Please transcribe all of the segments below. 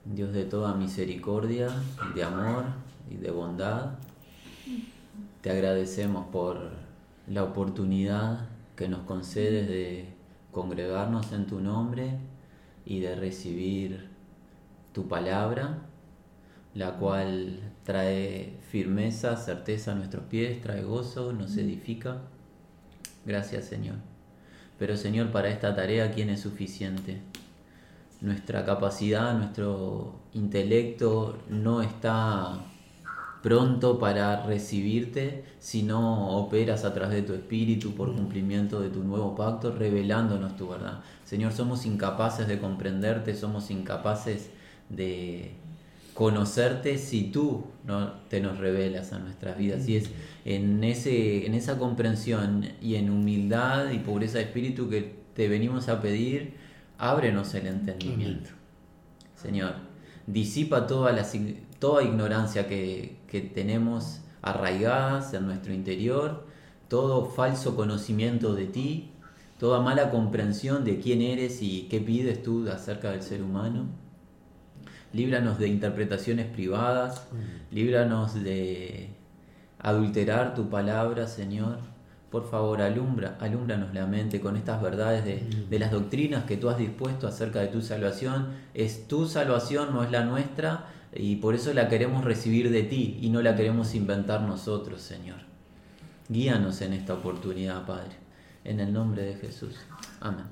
Dios de toda misericordia, de amor y de bondad, te agradecemos por la oportunidad que nos concedes de congregarnos en tu nombre y de recibir tu palabra, la cual trae firmeza, certeza a nuestros pies, trae gozo, nos edifica. Gracias, Señor. Pero, Señor, para esta tarea, ¿quién es suficiente? Nuestra capacidad, nuestro intelecto no está pronto para recibirte si no operas a través de tu espíritu por cumplimiento de tu nuevo pacto, revelándonos tu verdad. Señor, somos incapaces de comprenderte, somos incapaces de conocerte si tú no te nos revelas a nuestras vidas. Y es en esa comprensión y en humildad y pobreza de espíritu que te venimos a pedir, ábrenos el entendimiento. Señor, disipa toda ignorancia que tenemos arraigadas en nuestro interior, todo falso conocimiento de ti, toda mala comprensión de quién eres y qué pides tú acerca del ser humano. Líbranos de interpretaciones privadas, líbranos de adulterar tu palabra, Señor. Por favor, alúmbranos la mente con estas verdades de las doctrinas que tú has dispuesto acerca de tu salvación. Es tu salvación, no es la nuestra, y por eso la queremos recibir de ti y no la queremos inventar nosotros, Señor. Guíanos en esta oportunidad, Padre, en el nombre de Jesús. Amén.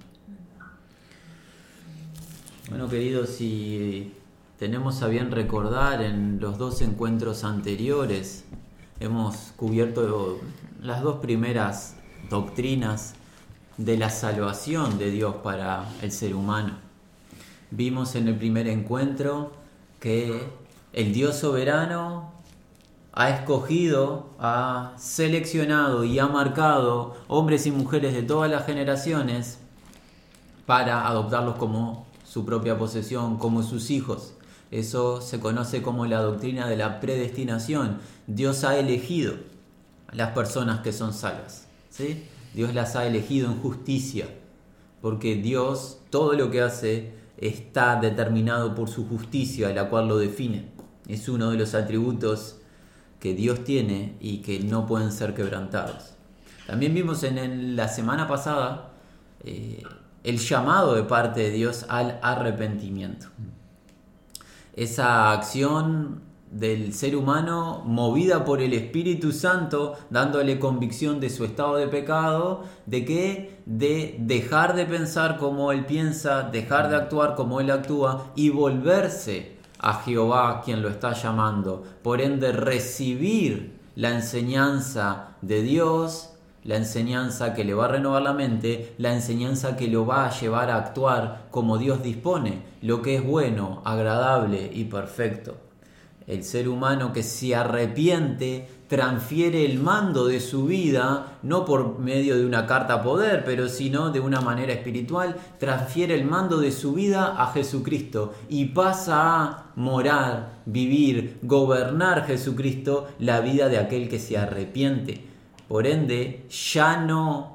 Bueno, queridos, si tenemos a bien recordar, en los dos encuentros anteriores hemos cubierto las dos primeras doctrinas de la salvación de Dios para el ser humano. Vimos en el primer encuentro que el Dios soberano ha escogido, ha seleccionado y ha marcado hombres y mujeres de todas las generaciones para adoptarlos como su propia posesión, como sus hijos. Eso se conoce como la doctrina de la predestinación. Dios ha elegido a las personas que son salvas, ¿sí? Dios las ha elegido en justicia, porque Dios, todo lo que hace está determinado por su justicia, la cual lo define. Es uno de los atributos que Dios tiene y que no pueden ser quebrantados. También vimos en la semana pasada el llamado de parte de Dios al arrepentimiento. Esa acción del ser humano movida por el Espíritu Santo, dándole convicción de su estado de pecado, de dejar de pensar como él piensa, dejar de actuar como él actúa y volverse a Jehová, quien lo está llamando. Por ende, recibir la enseñanza de Dios, la enseñanza que le va a renovar la mente, la enseñanza que lo va a llevar a actuar como Dios dispone, lo que es bueno, agradable y perfecto. El ser humano que se arrepiente transfiere el mando de su vida, no por medio de una carta poder, pero sino de una manera espiritual, transfiere el mando de su vida a Jesucristo y pasa a morar, vivir, gobernar Jesucristo la vida de aquel que se arrepiente. Por ende, ya no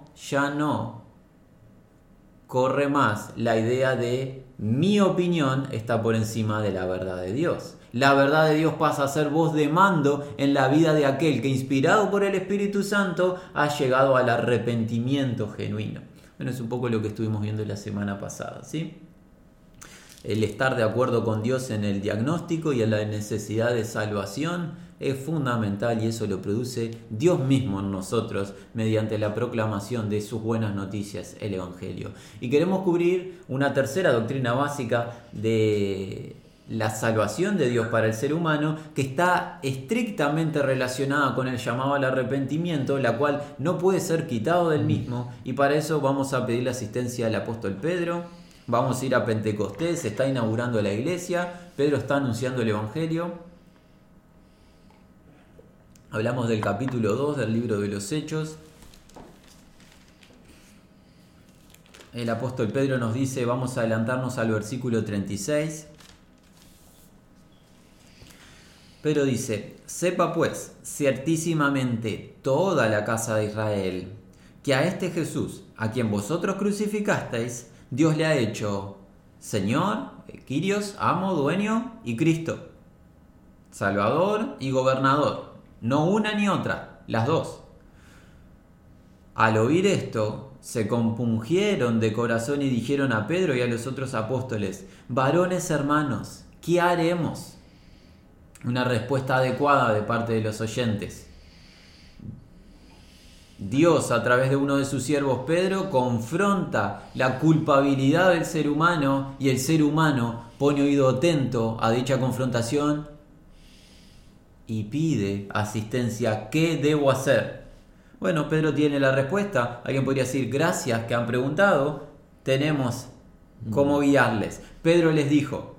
corre más la idea de mi opinión está por encima de la verdad de Dios. La verdad de Dios pasa a ser voz de mando en la vida de aquel que, inspirado por el Espíritu Santo, ha llegado al arrepentimiento genuino. Bueno, es un poco lo que estuvimos viendo la semana pasada, ¿sí? El estar de acuerdo con Dios en el diagnóstico y en la necesidad de salvación es fundamental, y eso lo produce Dios mismo en nosotros mediante la proclamación de sus buenas noticias, el Evangelio. Y queremos cubrir una tercera doctrina básica de la salvación de Dios para el ser humano, que está estrictamente relacionada con el llamado al arrepentimiento, la cual no puede ser quitado del mismo, y para eso vamos a pedir la asistencia del apóstol Pedro. Vamos a ir a Pentecostés, se está inaugurando la iglesia, Pedro está anunciando el Evangelio. Hablamos del capítulo 2 del libro de los Hechos. El apóstol Pedro nos dice, vamos a adelantarnos al versículo 36. Pedro dice, sepa pues ciertísimamente toda la casa de Israel, que a este Jesús, a quien vosotros crucificasteis, Dios le ha hecho Señor Kyrios, amo, dueño, y Cristo, Salvador y gobernador. No una ni otra, las dos. Al oír esto, se compungieron de corazón y dijeron a Pedro y a los otros apóstoles: varones hermanos, ¿qué haremos? Una respuesta adecuada de parte de los oyentes. Dios, a través de uno de sus siervos, Pedro, confronta la culpabilidad del ser humano, y el ser humano pone oído atento a dicha confrontación y pide asistencia. ¿Qué debo hacer? Bueno, Pedro tiene la respuesta. Alguien podría decir: gracias que han preguntado, tenemos cómo guiarles. Pedro les dijo: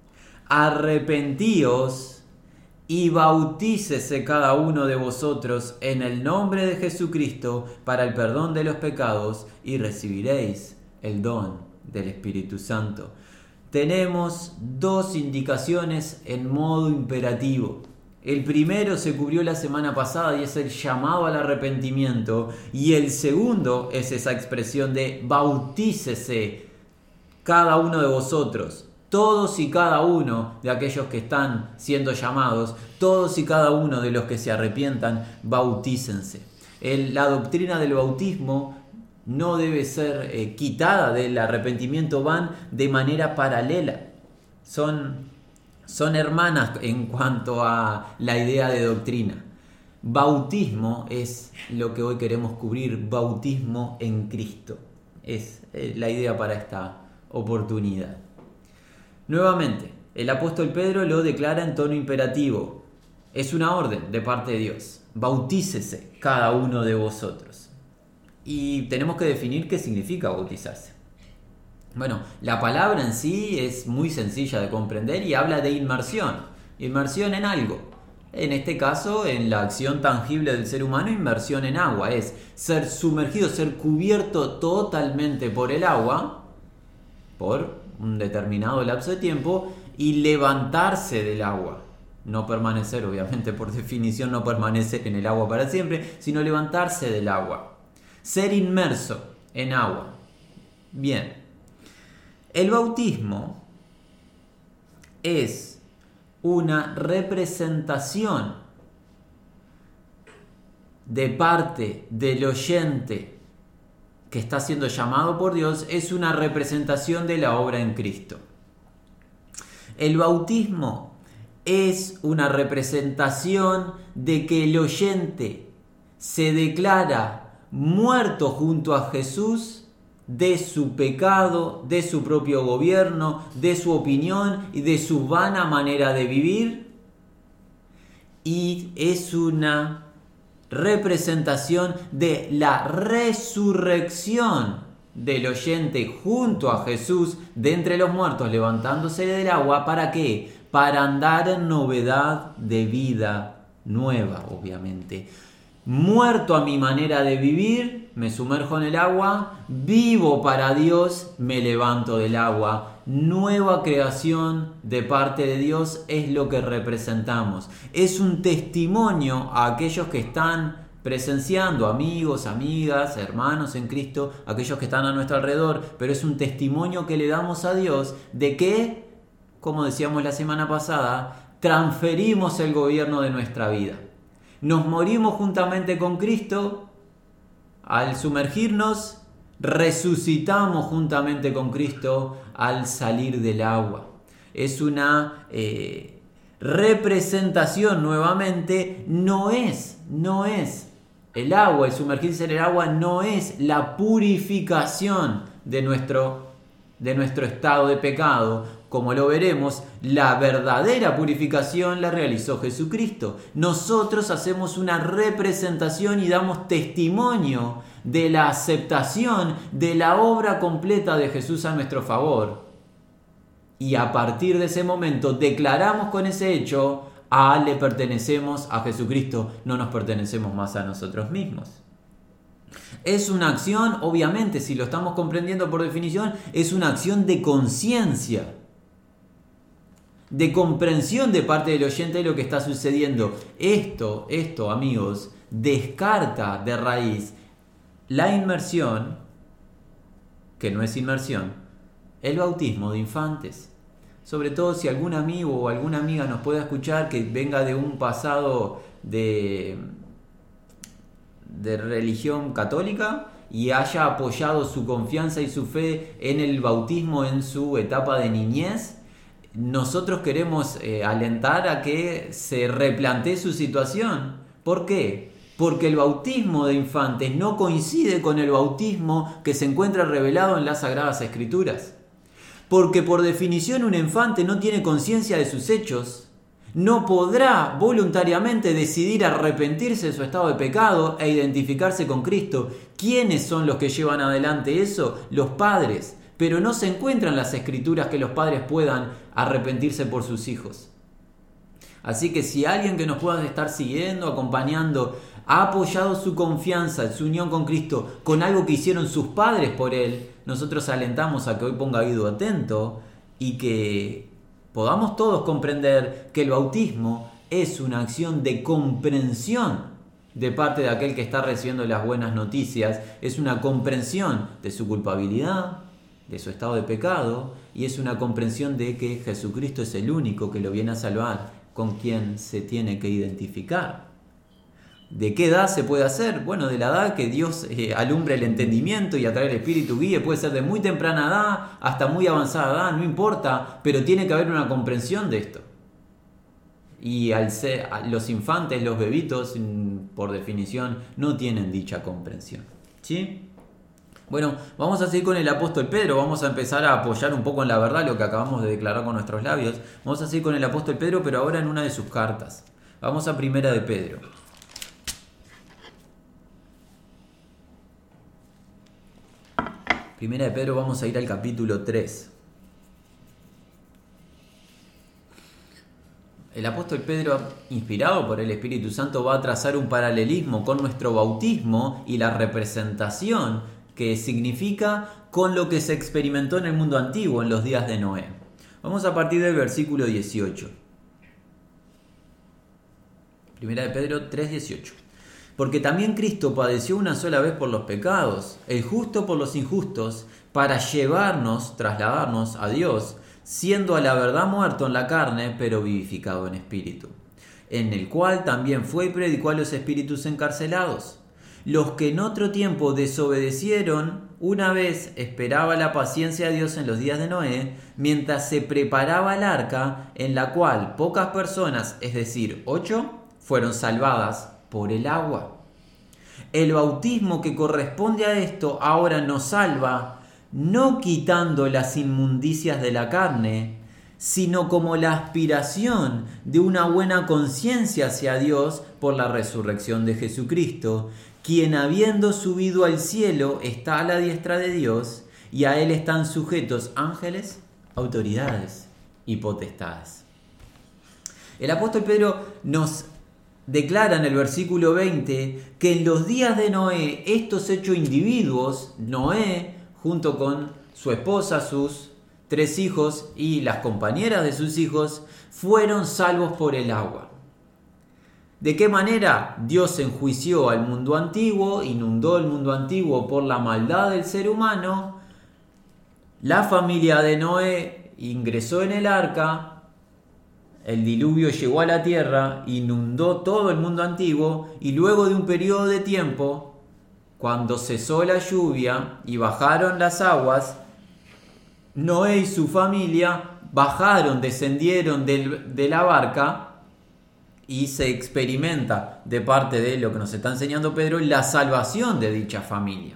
arrepentíos y bautícese cada uno de vosotros en el nombre de Jesucristo para el perdón de los pecados, y recibiréis el don del Espíritu Santo. Tenemos dos indicaciones en modo imperativo. El primero se cubrió la semana pasada y es el llamado al arrepentimiento, y el segundo es esa expresión de bautícese cada uno de vosotros. Todos y cada uno de aquellos que están siendo llamados, todos y cada uno de los que se arrepientan, bautícense. La doctrina del bautismo no debe ser quitada del arrepentimiento, van de manera paralela. Son hermanas en cuanto a la idea de doctrina. Bautismo es lo que hoy queremos cubrir, bautismo en Cristo. Es la idea para esta oportunidad. Nuevamente, el apóstol Pedro lo declara en tono imperativo. Es una orden de parte de Dios. Bautícese cada uno de vosotros. Y tenemos que definir qué significa bautizarse. Bueno, la palabra en sí es muy sencilla de comprender y habla de inmersión. Inmersión en algo. En este caso, en la acción tangible del ser humano, inmersión en agua. Es ser sumergido, ser cubierto totalmente por el agua, por un determinado lapso de tiempo, y levantarse del agua. No permanecer, obviamente, por definición, no permanecer en el agua para siempre, sino levantarse del agua. Ser inmerso en agua. Bien. El bautismo es una representación de parte del oyente que está siendo llamado por Dios, es una representación de la obra en Cristo. El bautismo es una representación de que el oyente se declara muerto junto a Jesús de su pecado, de su propio gobierno, de su opinión y de su vana manera de vivir, y es una representación de la resurrección del oyente junto a Jesús de entre los muertos, levantándose del agua. ¿Para qué? Para andar en novedad de vida nueva, obviamente. Muerto a mi manera de vivir, me sumerjo en el agua, vivo para Dios, me levanto del agua. Nueva creación de parte de Dios es lo que representamos. Es un testimonio a aquellos que están presenciando, amigos, amigas, hermanos en Cristo, aquellos que están a nuestro alrededor, pero es un testimonio que le damos a Dios de que, como decíamos la semana pasada, transferimos el gobierno de nuestra vida. Nos morimos juntamente con Cristo. Al sumergirnos, resucitamos juntamente con Cristo al salir del agua. Es una representación, nuevamente, no es el agua, el sumergirse en el agua no es la purificación de nuestro estado de pecado. Como lo veremos, la verdadera purificación la realizó Jesucristo. Nosotros hacemos una representación y damos testimonio de la aceptación de la obra completa de Jesús a nuestro favor. Y a partir de ese momento declaramos con ese hecho: le pertenecemos a Jesucristo, no nos pertenecemos más a nosotros mismos. Es una acción, obviamente, si lo estamos comprendiendo por definición, es una acción de conciencia, de comprensión de parte del oyente de lo que está sucediendo. Esto, amigos, descarta de raíz la inmersión, que no es inmersión, el bautismo de infantes. sobre todo si algún amigo o alguna amiga nos pueda escuchar que venga de un pasado de religión católica y haya apoyado su confianza y su fe en el bautismo en su etapa de niñez. Nosotros queremos alentar a que se replantee su situación. ¿Por qué? Porque el bautismo de infantes no coincide con el bautismo que se encuentra revelado en las Sagradas Escrituras. Porque por definición un infante no tiene conciencia de sus hechos, no podrá voluntariamente decidir arrepentirse de su estado de pecado e identificarse con Cristo. ¿Quiénes son los que llevan adelante eso? Los padres. Pero no se encuentran las Escrituras que los padres puedan arrepentirse por sus hijos. Así que si alguien que nos pueda estar siguiendo, acompañando, ha apoyado su confianza, su unión con Cristo, con algo que hicieron sus padres por él, nosotros alentamos a que hoy ponga oído atento y que podamos todos comprender que el bautismo es una acción de comprensión de parte de aquel que está recibiendo las buenas noticias, es una comprensión de su culpabilidad, de su estado de pecado, y es una comprensión de que Jesucristo es el único que lo viene a salvar, con quien se tiene que identificar. ¿De qué edad se puede hacer? Bueno, de la edad que Dios alumbre el entendimiento y a través del Espíritu guíe. Puede ser de muy temprana edad hasta muy avanzada edad, no importa, pero tiene que haber una comprensión de esto. Y los infantes, los bebitos, por definición, no tienen dicha comprensión. ¿Sí? Bueno, vamos a seguir con el apóstol Pedro, vamos a empezar a apoyar un poco en la verdad lo que acabamos de declarar con nuestros labios. Vamos a seguir con el apóstol Pedro, pero ahora en una de sus cartas. Vamos a Primera de Pedro. Primera de Pedro, vamos a ir al capítulo 3. El apóstol Pedro, inspirado por el Espíritu Santo, va a trazar un paralelismo con nuestro bautismo y la representación que significa con lo que se experimentó en el mundo antiguo en los días de Noé. Vamos a partir del versículo 18. Primera de Pedro 3:18. Porque también Cristo padeció una sola vez por los pecados, el justo por los injustos, para trasladarnos a Dios, siendo a la verdad muerto en la carne, pero vivificado en espíritu, en el cual también fue y predicó a los espíritus encarcelados, los que en otro tiempo desobedecieron, una vez esperaba la paciencia de Dios en los días de Noé, mientras se preparaba el arca, en la cual pocas personas, es decir, 8, fueron salvadas por el agua. El bautismo que corresponde a esto ahora nos salva, no quitando las inmundicias de la carne, sino como la aspiración de una buena conciencia hacia Dios por la resurrección de Jesucristo, quien habiendo subido al cielo está a la diestra de Dios, y a él están sujetos ángeles, autoridades y potestades. El apóstol Pedro nos declara en el versículo 20 que en los días de Noé, estos 8 individuos, Noé junto con su esposa, sus 3 hijos y las compañeras de sus hijos, fueron salvos por el agua. ¿De qué manera? Dios enjuició al mundo antiguo, inundó el mundo antiguo por la maldad del ser humano. La familia de Noé ingresó en el arca, el diluvio llegó a la tierra, inundó todo el mundo antiguo y luego de un periodo de tiempo, cuando cesó la lluvia y bajaron las aguas, Noé y su familia bajaron, descendieron de la barca y se experimenta de parte de lo que nos está enseñando Pedro la salvación de dicha familia.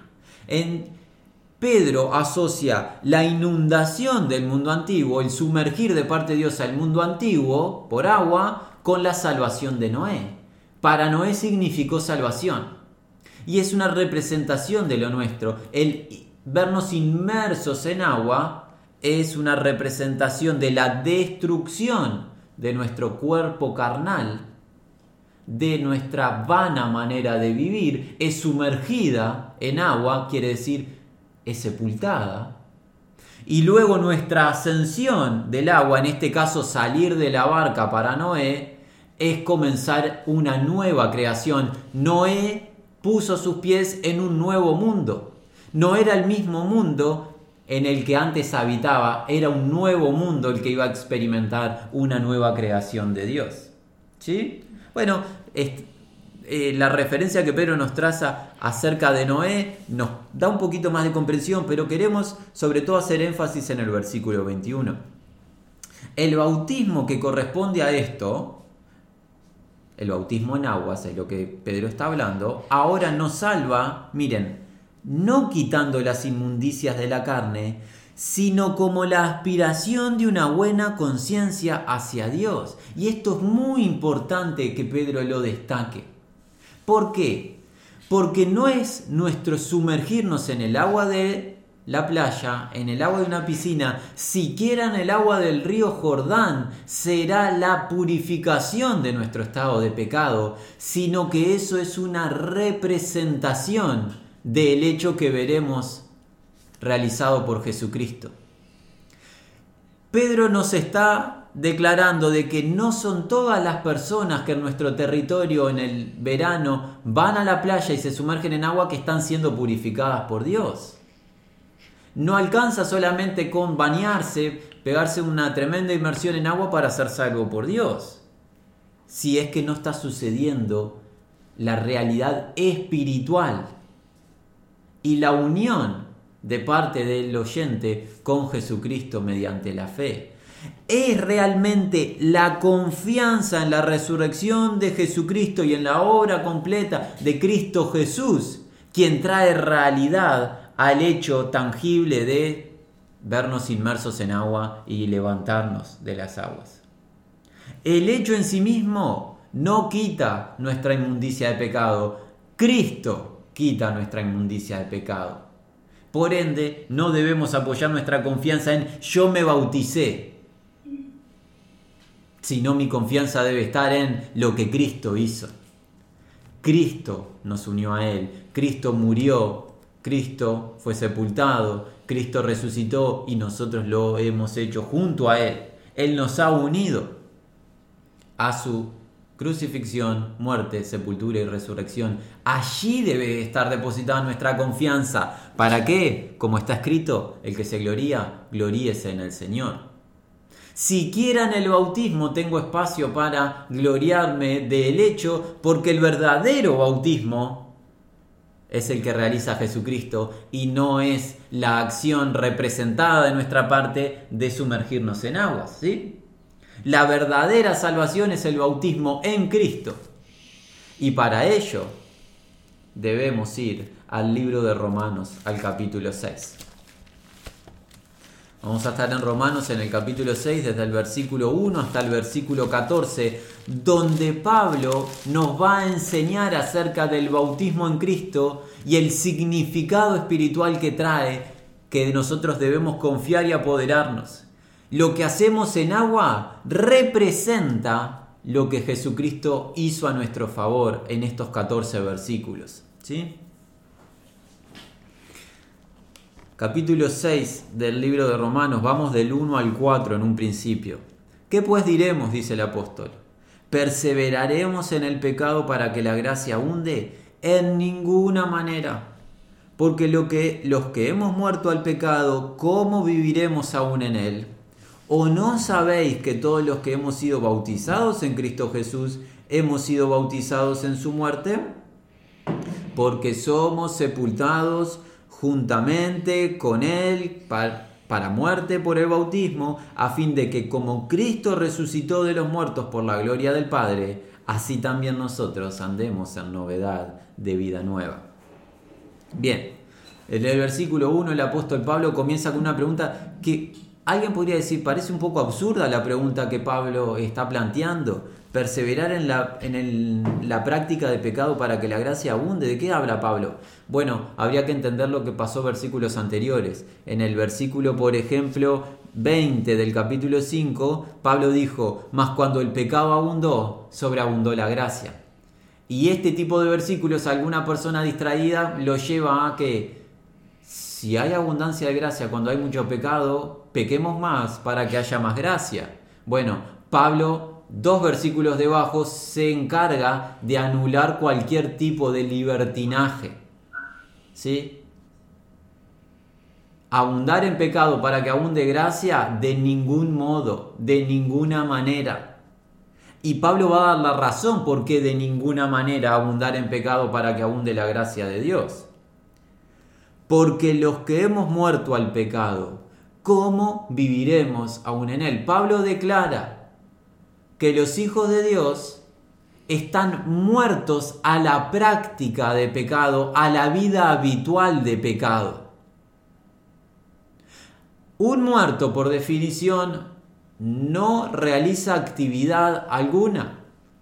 Pedro asocia la inundación del mundo antiguo, el sumergir de parte de Dios al mundo antiguo por agua, con la salvación de Noé. Para Noé significó salvación. Y es una representación de lo nuestro. El vernos inmersos en agua es una representación de la destrucción de nuestro cuerpo carnal, de nuestra vana manera de vivir. Es sumergida en agua, quiere decir es sepultada, y luego nuestra ascensión del agua, en este caso salir de la barca para Noé, es comenzar una nueva creación. Noé puso sus pies en un nuevo mundo. No era el mismo mundo en el que antes habitaba, era un nuevo mundo el que iba a experimentar una nueva creación de Dios. ¿Sí? Bueno, la referencia que Pedro nos traza acerca de Noé nos da un poquito más de comprensión, pero queremos sobre todo hacer énfasis en el versículo 21. El bautismo que corresponde a esto, el bautismo en aguas, es lo que Pedro está hablando, ahora nos salva, miren, no quitando las inmundicias de la carne, sino como la aspiración de una buena conciencia hacia Dios. Y esto es muy importante que Pedro lo destaque. ¿Por qué? Porque no es nuestro sumergirnos en el agua de la playa, en el agua de una piscina, siquiera en el agua del río Jordán, será la purificación de nuestro estado de pecado, sino que eso es una representación del hecho que veremos realizado por Jesucristo. Pedro nos está declarando de que no son todas las personas que en nuestro territorio en el verano van a la playa y se sumergen en agua que están siendo purificadas por Dios. No alcanza solamente con bañarse, pegarse una tremenda inmersión en agua para ser salvo por Dios. Si es que no está sucediendo la realidad espiritual y la unión de parte del oyente con Jesucristo mediante la fe. Es realmente la confianza en la resurrección de Jesucristo y en la obra completa de Cristo Jesús quien trae realidad al hecho tangible de vernos inmersos en agua y levantarnos de las aguas. El hecho en sí mismo no quita nuestra inmundicia de pecado. Cristo quita nuestra inmundicia de pecado. Por ende, no debemos apoyar nuestra confianza en yo me bauticé, sino mi confianza debe estar en lo que Cristo hizo. Cristo nos unió a Él, Cristo murió, Cristo fue sepultado, Cristo resucitó y nosotros lo hemos hecho junto a Él. Él nos ha unido a su crucifixión, muerte, sepultura y resurrección. Allí debe estar depositada nuestra confianza. ¿Para qué? Como está escrito, el que se gloría, gloríese en el Señor. Siquiera en el bautismo tengo espacio para gloriarme del hecho, porque el verdadero bautismo es el que realiza Jesucristo y no es la acción representada de nuestra parte de sumergirnos en aguas, ¿sí? La verdadera salvación es el bautismo en Cristo. Y para ello debemos ir al libro de Romanos, al capítulo 6. Vamos a estar en Romanos en el capítulo 6, desde el versículo 1 hasta el versículo 14, donde Pablo nos va a enseñar acerca del bautismo en Cristo y el significado espiritual que trae, que nosotros debemos confiar y apoderarnos. Lo que hacemos en agua representa lo que Jesucristo hizo a nuestro favor en estos 14 versículos, ¿sí? Capítulo 6 del libro de Romanos, vamos del 1 al 4 en un principio. ¿Qué pues diremos?, dice el apóstol. ¿Perseveraremos en el pecado para que la gracia abunde? En ninguna manera. Porque los que hemos muerto al pecado, ¿cómo viviremos aún en él? ¿O no sabéis que todos los que hemos sido bautizados en Cristo Jesús, hemos sido bautizados en su muerte? Porque somos sepultados juntamente con Él para muerte por el bautismo, a fin de que como Cristo resucitó de los muertos por la gloria del Padre, así también nosotros andemos en novedad de vida nueva. Bien, en el versículo 1 el apóstol Pablo comienza con una pregunta que alguien podría decir, parece un poco absurda la pregunta que Pablo está planteando. Perseverar en la práctica de pecado para que la gracia abunde. ¿De qué habla Pablo? Bueno, habría que entender lo que pasó en versículos anteriores. En el versículo, por ejemplo, 20 del capítulo 5, Pablo dijo, mas cuando el pecado abundó, sobreabundó la gracia. Y este tipo de versículos, alguna persona distraída lo lleva a que si hay abundancia de gracia cuando hay mucho pecado, pequemos más para que haya más gracia. Bueno, Pablo, 2 versículos debajo, se encarga de anular cualquier tipo de libertinaje, ¿sí? abundar en pecado para que abunde gracia, de ningún modo, de ninguna manera. Y Pablo va a dar la razón por qué de ninguna manera abundar en pecado para que abunde la gracia de Dios. Porque los que hemos muerto al pecado, ¿cómo viviremos aún en él? Pablo declara que los hijos de Dios están muertos a la práctica de pecado, a la vida habitual de pecado. Un muerto, por definición, no realiza actividad alguna,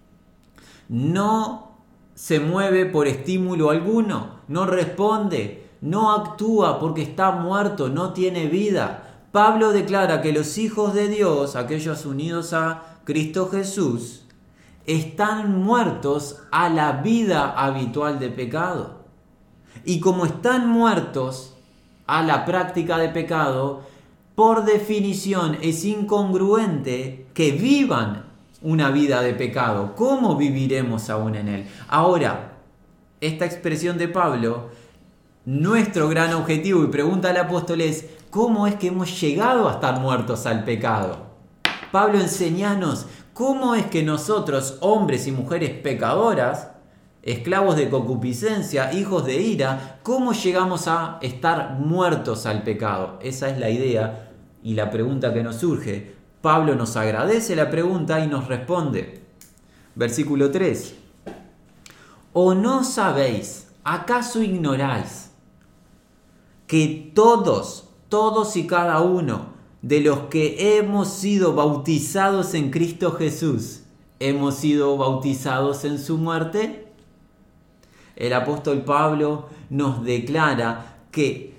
no se mueve por estímulo alguno, no responde, no actúa porque está muerto, no tiene vida. Pablo declara que los hijos de Dios, aquellos unidos a Cristo Jesús, están muertos a la vida habitual de pecado. Y como están muertos a la práctica de pecado, por definición es incongruente que vivan una vida de pecado. ¿Cómo viviremos aún en él? Ahora, esta expresión de Pablo, nuestro gran objetivo y pregunta al apóstol es, ¿cómo es que hemos llegado a estar muertos al pecado? Pablo, enséñanos, ¿cómo es que nosotros, hombres y mujeres pecadoras, esclavos de concupiscencia, hijos de ira, cómo llegamos a estar muertos al pecado? Esa es la idea y la pregunta que nos surge. Pablo nos agradece la pregunta y nos responde. Versículo 3. ¿O no sabéis, acaso ignoráis, que todos y cada uno de los que hemos sido bautizados en Cristo Jesús, hemos sido bautizados en su muerte? El apóstol Pablo nos declara que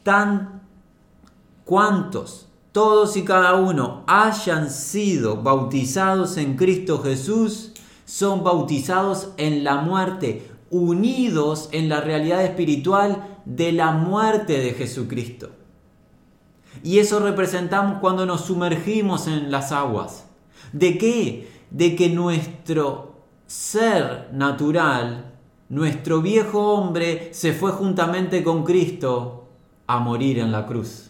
cuantos, todos y cada uno, hayan sido bautizados en Cristo Jesús, son bautizados en la muerte, unidos en la realidad espiritual de la muerte de Jesucristo. Y eso representamos cuando nos sumergimos en las aguas. ¿De qué? De que nuestro ser natural, nuestro viejo hombre, se fue juntamente con Cristo a morir en la cruz.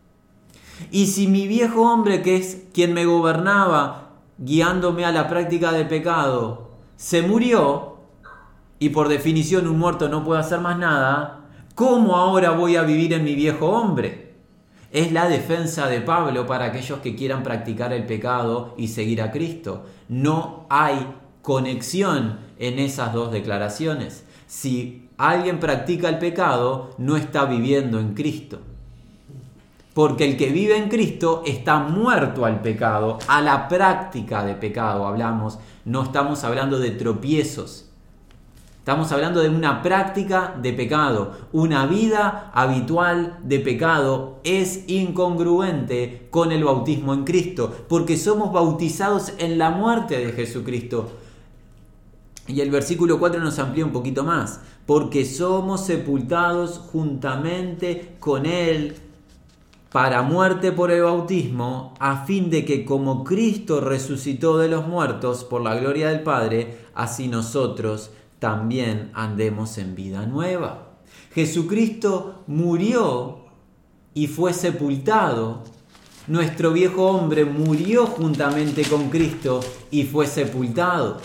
Y si mi viejo hombre, que es quien me gobernaba, guiándome a la práctica de pecado, se murió, y por definición un muerto no puede hacer más nada, ¿cómo ahora voy a vivir en mi viejo hombre? Es la defensa de Pablo para aquellos que quieran practicar el pecado y seguir a Cristo. No hay conexión en esas dos declaraciones. Si alguien practica el pecado, no está viviendo en Cristo. Porque el que vive en Cristo está muerto al pecado, a la práctica de pecado hablamos. No estamos hablando de tropiezos. Estamos hablando de una práctica de pecado. Una vida habitual de pecado es incongruente con el bautismo en Cristo, porque somos bautizados en la muerte de Jesucristo. Y el versículo 4 nos amplía un poquito más. Porque somos sepultados juntamente con Él para muerte por el bautismo, a fin de que como Cristo resucitó de los muertos por la gloria del Padre, así nosotros también andemos en vida nueva. Jesucristo murió y fue sepultado. Nuestro viejo hombre murió juntamente con Cristo y fue sepultado.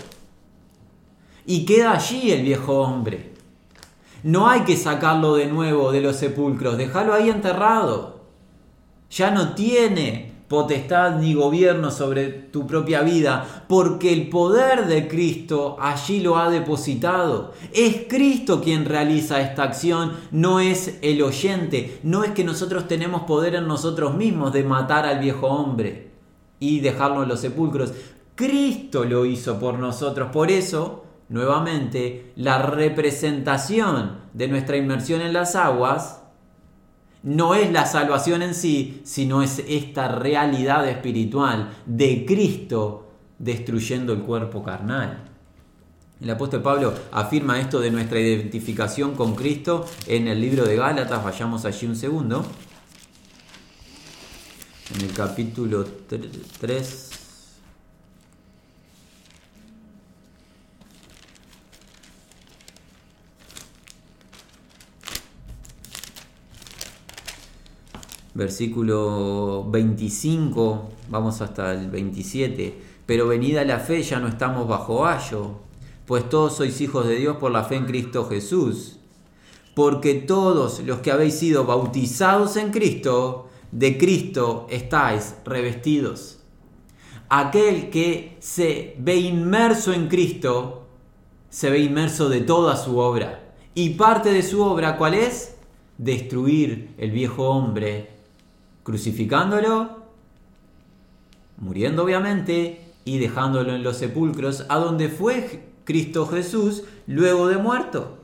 Y queda allí el viejo hombre. No hay que sacarlo de nuevo de los sepulcros, dejarlo ahí enterrado. Ya no tiene potestad ni gobierno sobre tu propia vida, porque el poder de Cristo allí lo ha depositado. Es Cristo quien realiza esta acción, no es el oyente. No es que nosotros tenemos poder en nosotros mismos de matar al viejo hombre y dejarlo en los sepulcros. Cristo lo hizo por nosotros. Por eso, nuevamente, la representación de nuestra inmersión en las aguas no es la salvación en sí, sino es esta realidad espiritual de Cristo destruyendo el cuerpo carnal. El apóstol Pablo afirma esto de nuestra identificación con Cristo en el libro de Gálatas. Vayamos allí un segundo. En el capítulo 3. versículo 25, vamos hasta el 27. Pero venida la fe ya no estamos bajo ayo, pues todos sois hijos de Dios por la fe en Cristo Jesús. Porque todos los que habéis sido bautizados en Cristo, de Cristo estáis revestidos. Aquel que se ve inmerso en Cristo, se ve inmerso de toda su obra. Y parte de su obra, ¿cuál es? Destruir el viejo hombre, crucificándolo, muriendo obviamente, y dejándolo en los sepulcros, a donde fue Cristo Jesús luego de muerto.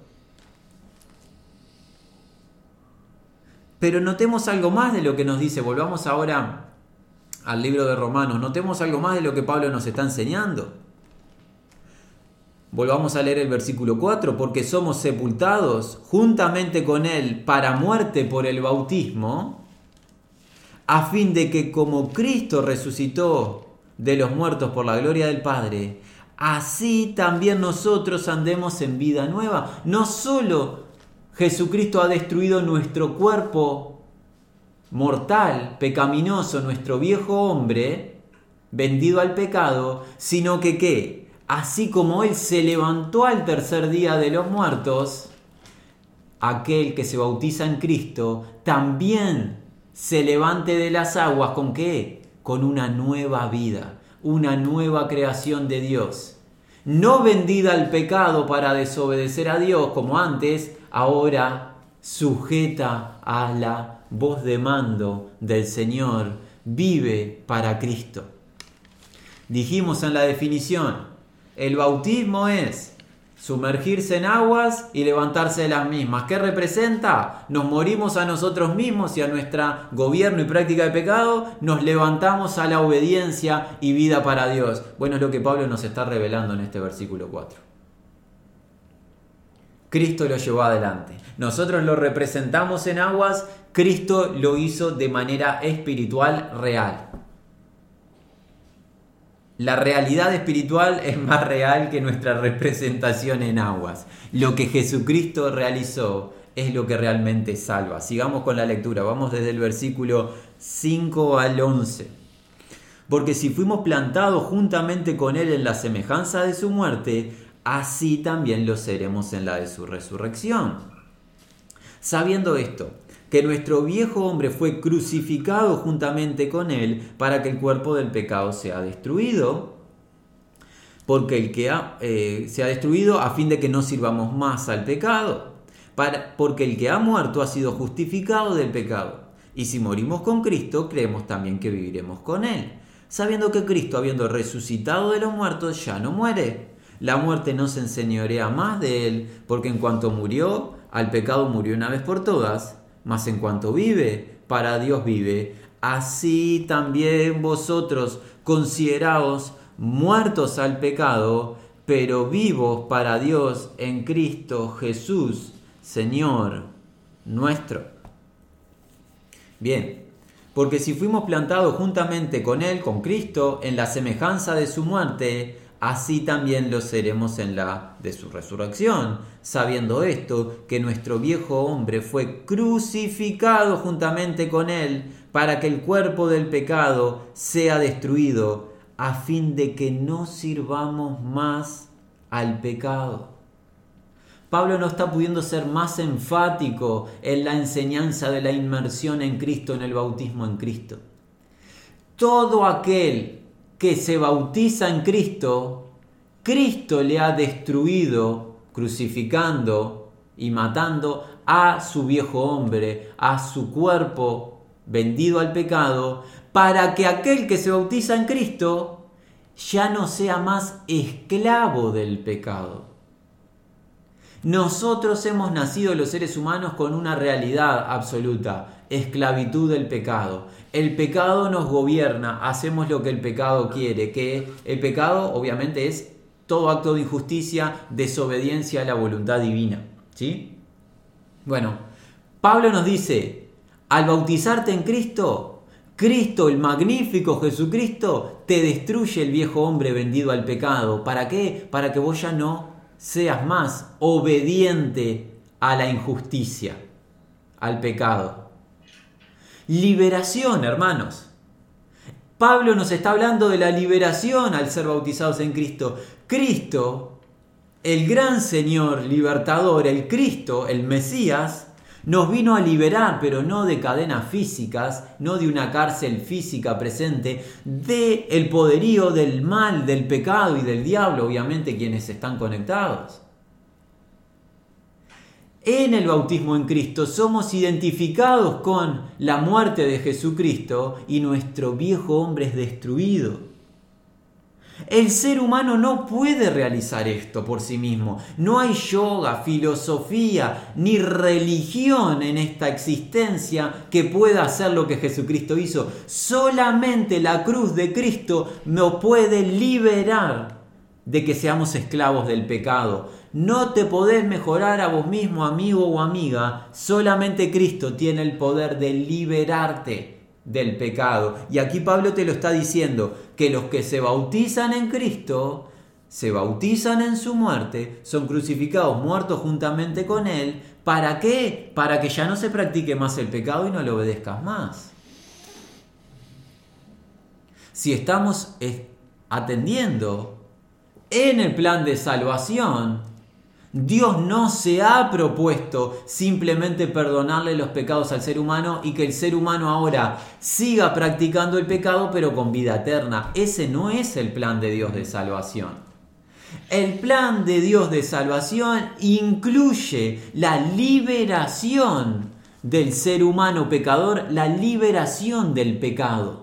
Pero notemos algo más de lo que nos dice. Volvamos ahora al libro de Romanos. Notemos algo más de lo que Pablo nos está enseñando. Volvamos a leer el versículo 4. Porque somos sepultados juntamente con Él para muerte por el bautismo, a fin de que como Cristo resucitó de los muertos por la gloria del Padre, así también nosotros andemos en vida nueva. No solo Jesucristo ha destruido nuestro cuerpo mortal, pecaminoso, nuestro viejo hombre, vendido al pecado, sino que ¿qué? Así como Él se levantó al tercer día de los muertos, aquel que se bautiza en Cristo también se levante de las aguas, ¿con qué? Con una nueva vida, una nueva creación de Dios. No vendida al pecado para desobedecer a Dios como antes, ahora sujeta a la voz de mando del Señor, vive para Cristo. Dijimos en la definición, el bautismo es sumergirse en aguas y levantarse de las mismas. ¿Qué representa? Nos morimos a nosotros mismos y a nuestro gobierno y práctica de pecado, nos levantamos a la obediencia y vida para Dios. Bueno, es lo que Pablo nos está revelando en este versículo 4. Cristo lo llevó adelante. Nosotros lo representamos en aguas, Cristo lo hizo de manera espiritual real. La realidad espiritual es más real que nuestra representación en aguas. Lo que Jesucristo realizó es lo que realmente salva. Sigamos con la lectura. Vamos desde el versículo 5 al 11. Porque si fuimos plantados juntamente con Él en la semejanza de su muerte, así también lo seremos en la de su resurrección. Sabiendo esto, que nuestro viejo hombre fue crucificado juntamente con Él para que el cuerpo del pecado sea destruido, porque el que sea destruido a fin de que no sirvamos más al pecado, porque el que ha muerto ha sido justificado del pecado, y si morimos con Cristo, creemos también que viviremos con Él, sabiendo que Cristo, habiendo resucitado de los muertos, ya no muere. La muerte no se enseñorea más de Él, porque en cuanto murió, al pecado murió una vez por todas, mas en cuanto vive, para Dios vive. Así también vosotros consideraos muertos al pecado, pero vivos para Dios en Cristo Jesús, Señor nuestro. Bien, porque si fuimos plantados juntamente con Él, con Cristo, en la semejanza de su muerte, así también lo seremos en la de su resurrección, sabiendo esto, que nuestro viejo hombre fue crucificado juntamente con Él, para que el cuerpo del pecado sea destruido, a fin de que no sirvamos más al pecado. Pablo no está pudiendo ser más enfático en la enseñanza de la inmersión en Cristo, en el bautismo en Cristo. Todo aquel que se bautiza en Cristo, Cristo le ha destruido, crucificando y matando a su viejo hombre, a su cuerpo vendido al pecado, para que aquel que se bautiza en Cristo ya no sea más esclavo del pecado. Nosotros hemos nacido los seres humanos con una realidad absoluta, esclavitud del pecado. El pecado nos gobierna, hacemos lo que el pecado quiere, que el pecado obviamente es todo acto de injusticia, desobediencia a la voluntad divina, ¿sí? Bueno, Pablo nos dice, al bautizarte en Cristo, Cristo, el magnífico Jesucristo, te destruye el viejo hombre vendido al pecado. ¿Para qué? Para que vos ya no seas más obediente a la injusticia, al pecado. Liberación, hermanos. Pablo nos está hablando de la liberación al ser bautizados en Cristo. Cristo, el gran Señor libertador, el Cristo, el Mesías, nos vino a liberar, pero no de cadenas físicas, no de una cárcel física presente, del poderío del mal, del pecado y del diablo, obviamente quienes están conectados. En el bautismo en Cristo somos identificados con la muerte de Jesucristo y nuestro viejo hombre es destruido. El ser humano no puede realizar esto por sí mismo. No hay yoga, filosofía ni religión en esta existencia que pueda hacer lo que Jesucristo hizo. Solamente la cruz de Cristo nos puede liberar de que seamos esclavos del pecado. No te podés mejorar a vos mismo, amigo o amiga. Solamente Cristo tiene el poder de liberarte del pecado. Y aquí Pablo te lo está diciendo, que los que se bautizan en Cristo, se bautizan en su muerte, son crucificados, muertos juntamente con Él. ¿Para qué? Para que ya no se practique más el pecado y no le obedezcas más. Si estamos atendiendo en el plan de salvación, Dios no se ha propuesto simplemente perdonarle los pecados al ser humano y que el ser humano ahora siga practicando el pecado pero con vida eterna. Ese no es el plan de Dios de salvación. El plan de Dios de salvación incluye la liberación del ser humano pecador, la liberación del pecado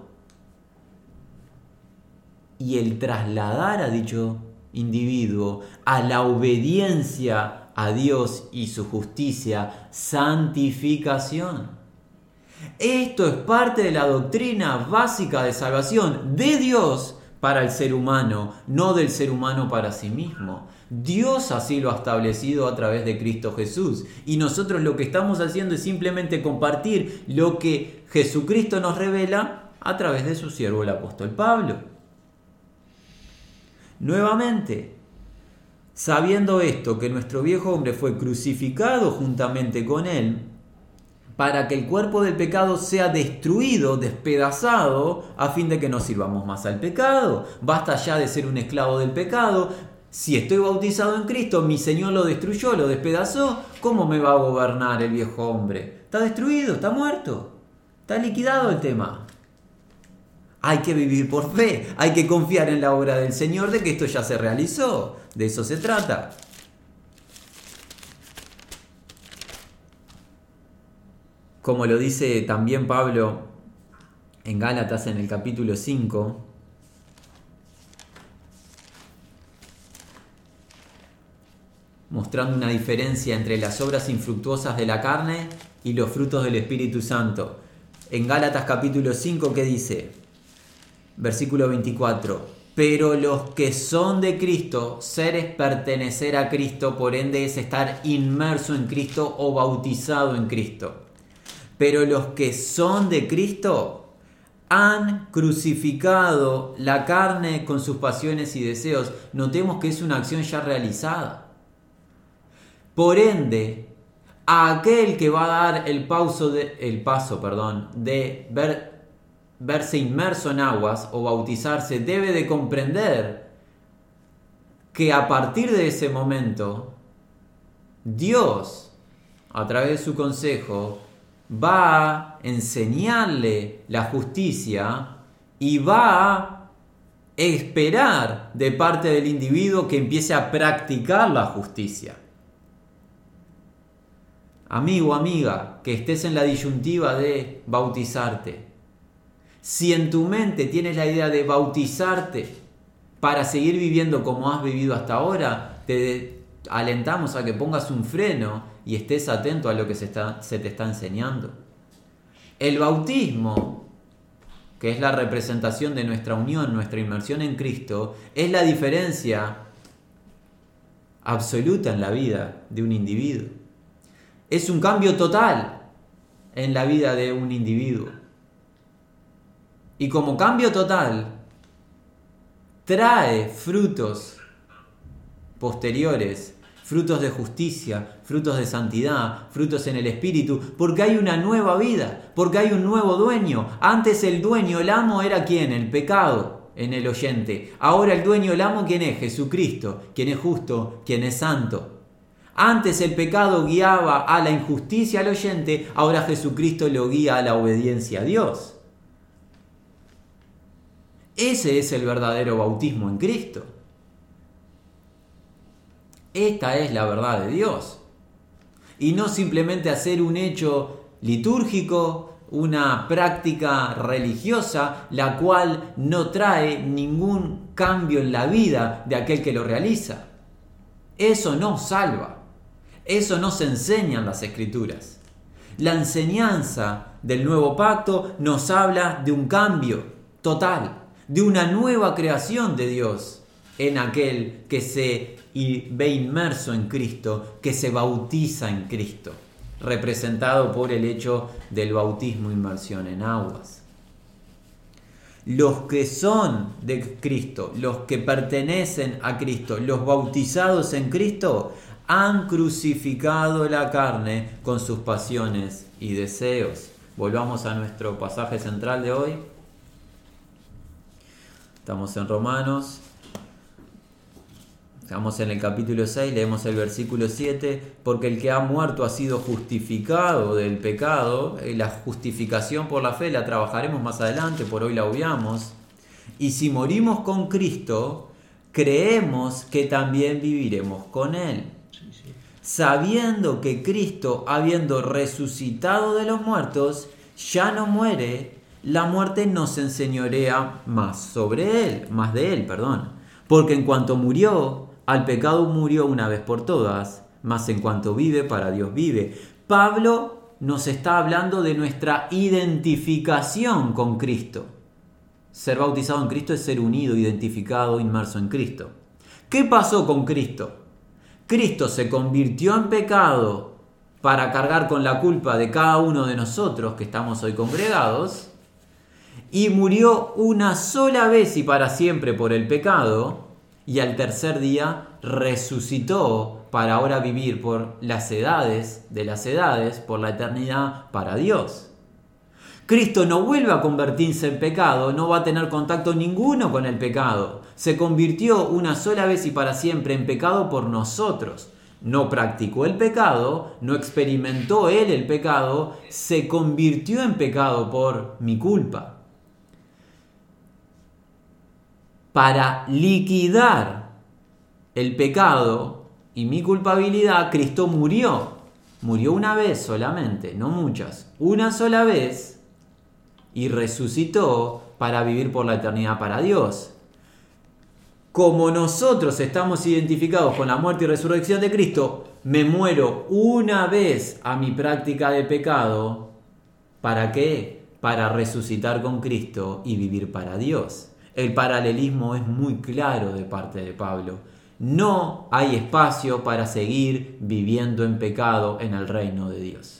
y el trasladar a dicho individuo a la obediencia a Dios y su justicia, santificación. Esto es parte de la doctrina básica de salvación de Dios para el ser humano, no del ser humano para sí mismo. Dios así lo ha establecido a través de Cristo Jesús y nosotros lo que estamos haciendo es simplemente compartir lo que Jesucristo nos revela a través de su siervo el apóstol Pablo. Nuevamente, sabiendo esto, que nuestro viejo hombre fue crucificado juntamente con él, para que el cuerpo del pecado sea destruido, despedazado, a fin de que no sirvamos más al pecado. Basta ya de ser un esclavo del pecado. Si estoy bautizado en Cristo, mi Señor lo destruyó, lo despedazó, ¿cómo me va a gobernar el viejo hombre? Está destruido, está muerto, está liquidado el tema. Hay que vivir por fe, hay que confiar en la obra del Señor de que esto ya se realizó. De eso se trata. Como lo dice también Pablo en Gálatas en el capítulo 5, mostrando una diferencia entre las obras infructuosas de la carne y los frutos del Espíritu Santo. En Gálatas capítulo 5, ¿qué dice? Versículo 24. Pero los que son de Cristo, ser es pertenecer a Cristo, por ende es estar inmerso en Cristo o bautizado en Cristo. Pero los que son de Cristo han crucificado la carne con sus pasiones y deseos. Notemos que es una acción ya realizada. Por ende, a aquel que va a dar el paso de verse inmerso en aguas o bautizarse, debe de comprender que a partir de ese momento Dios, a través de su consejo, va a enseñarle la justicia y va a esperar de parte del individuo que empiece a practicar la justicia. Amigo, amiga, que estés en la disyuntiva de bautizarte, si en tu mente tienes la idea de bautizarte para seguir viviendo como has vivido hasta ahora, te alentamos a que pongas un freno y estés atento a lo que se te está enseñando. El bautismo, que es la representación de nuestra unión, nuestra inmersión en Cristo, es la diferencia absoluta en la vida de un individuo. Es un cambio total en la vida de un individuo. Y como cambio total, trae frutos posteriores frutos de justicia, frutos de santidad, frutos en el Espíritu, porque hay una nueva vida, porque hay un nuevo dueño. Antes el dueño, el amo, era ¿quién? El pecado en el oyente. Ahora el dueño, el amo, ¿quién es? Jesucristo, quien es justo, quien es santo. Antes el pecado guiaba a la injusticia al oyente, ahora Jesucristo lo guía a la obediencia a Dios. Ese es el verdadero bautismo en Cristo. Esta es la verdad de Dios. Y no simplemente hacer un hecho litúrgico, una práctica religiosa, la cual no trae ningún cambio en la vida de aquel que lo realiza. Eso no salva. Eso no se enseña en las Escrituras. La enseñanza del nuevo pacto nos habla de un cambio total, de una nueva creación de Dios en aquel que se ve inmerso en Cristo, que se bautiza en Cristo, representado por el hecho del bautismo, inmersión en aguas. Los que son de Cristo, los que pertenecen a Cristo, los bautizados en Cristo, han crucificado la carne con sus pasiones y deseos. Volvamos a nuestro pasaje central de hoy. Estamos en Romanos. Estamos en el capítulo 6, leemos el versículo 7, porque el que ha muerto ha sido justificado del pecado. La justificación por la fe la trabajaremos más adelante, por hoy la obviamos. Y si morimos con Cristo, creemos que también viviremos con Él. Sabiendo que Cristo, habiendo resucitado de los muertos, ya no muere, la muerte no se enseñorea más de Él. Porque en cuanto murió, al pecado murió una vez por todas, mas en cuanto vive, para Dios vive. Pablo nos está hablando de nuestra identificación con Cristo. Ser bautizado en Cristo es ser unido, identificado, inmerso en Cristo. ¿Qué pasó con Cristo? Cristo se convirtió en pecado para cargar con la culpa de cada uno de nosotros que estamos hoy congregados, y murió una sola vez y para siempre por el pecado, y al tercer día resucitó para ahora vivir por las edades de las edades, por la eternidad para Dios. Cristo no vuelve a convertirse en pecado, no va a tener contacto ninguno con el pecado. Se convirtió una sola vez y para siempre en pecado por nosotros. No practicó el pecado, no experimentó él el pecado, se convirtió en pecado por mi culpa. Para liquidar el pecado y mi culpabilidad, Cristo murió. Murió una vez solamente, no muchas. Una sola vez y resucitó para vivir por la eternidad para Dios. Como nosotros estamos identificados con la muerte y resurrección de Cristo, me muero una vez a mi práctica de pecado. ¿Para qué? Para resucitar con Cristo y vivir para Dios. El paralelismo es muy claro de parte de Pablo. No hay espacio para seguir viviendo en pecado en el reino de Dios.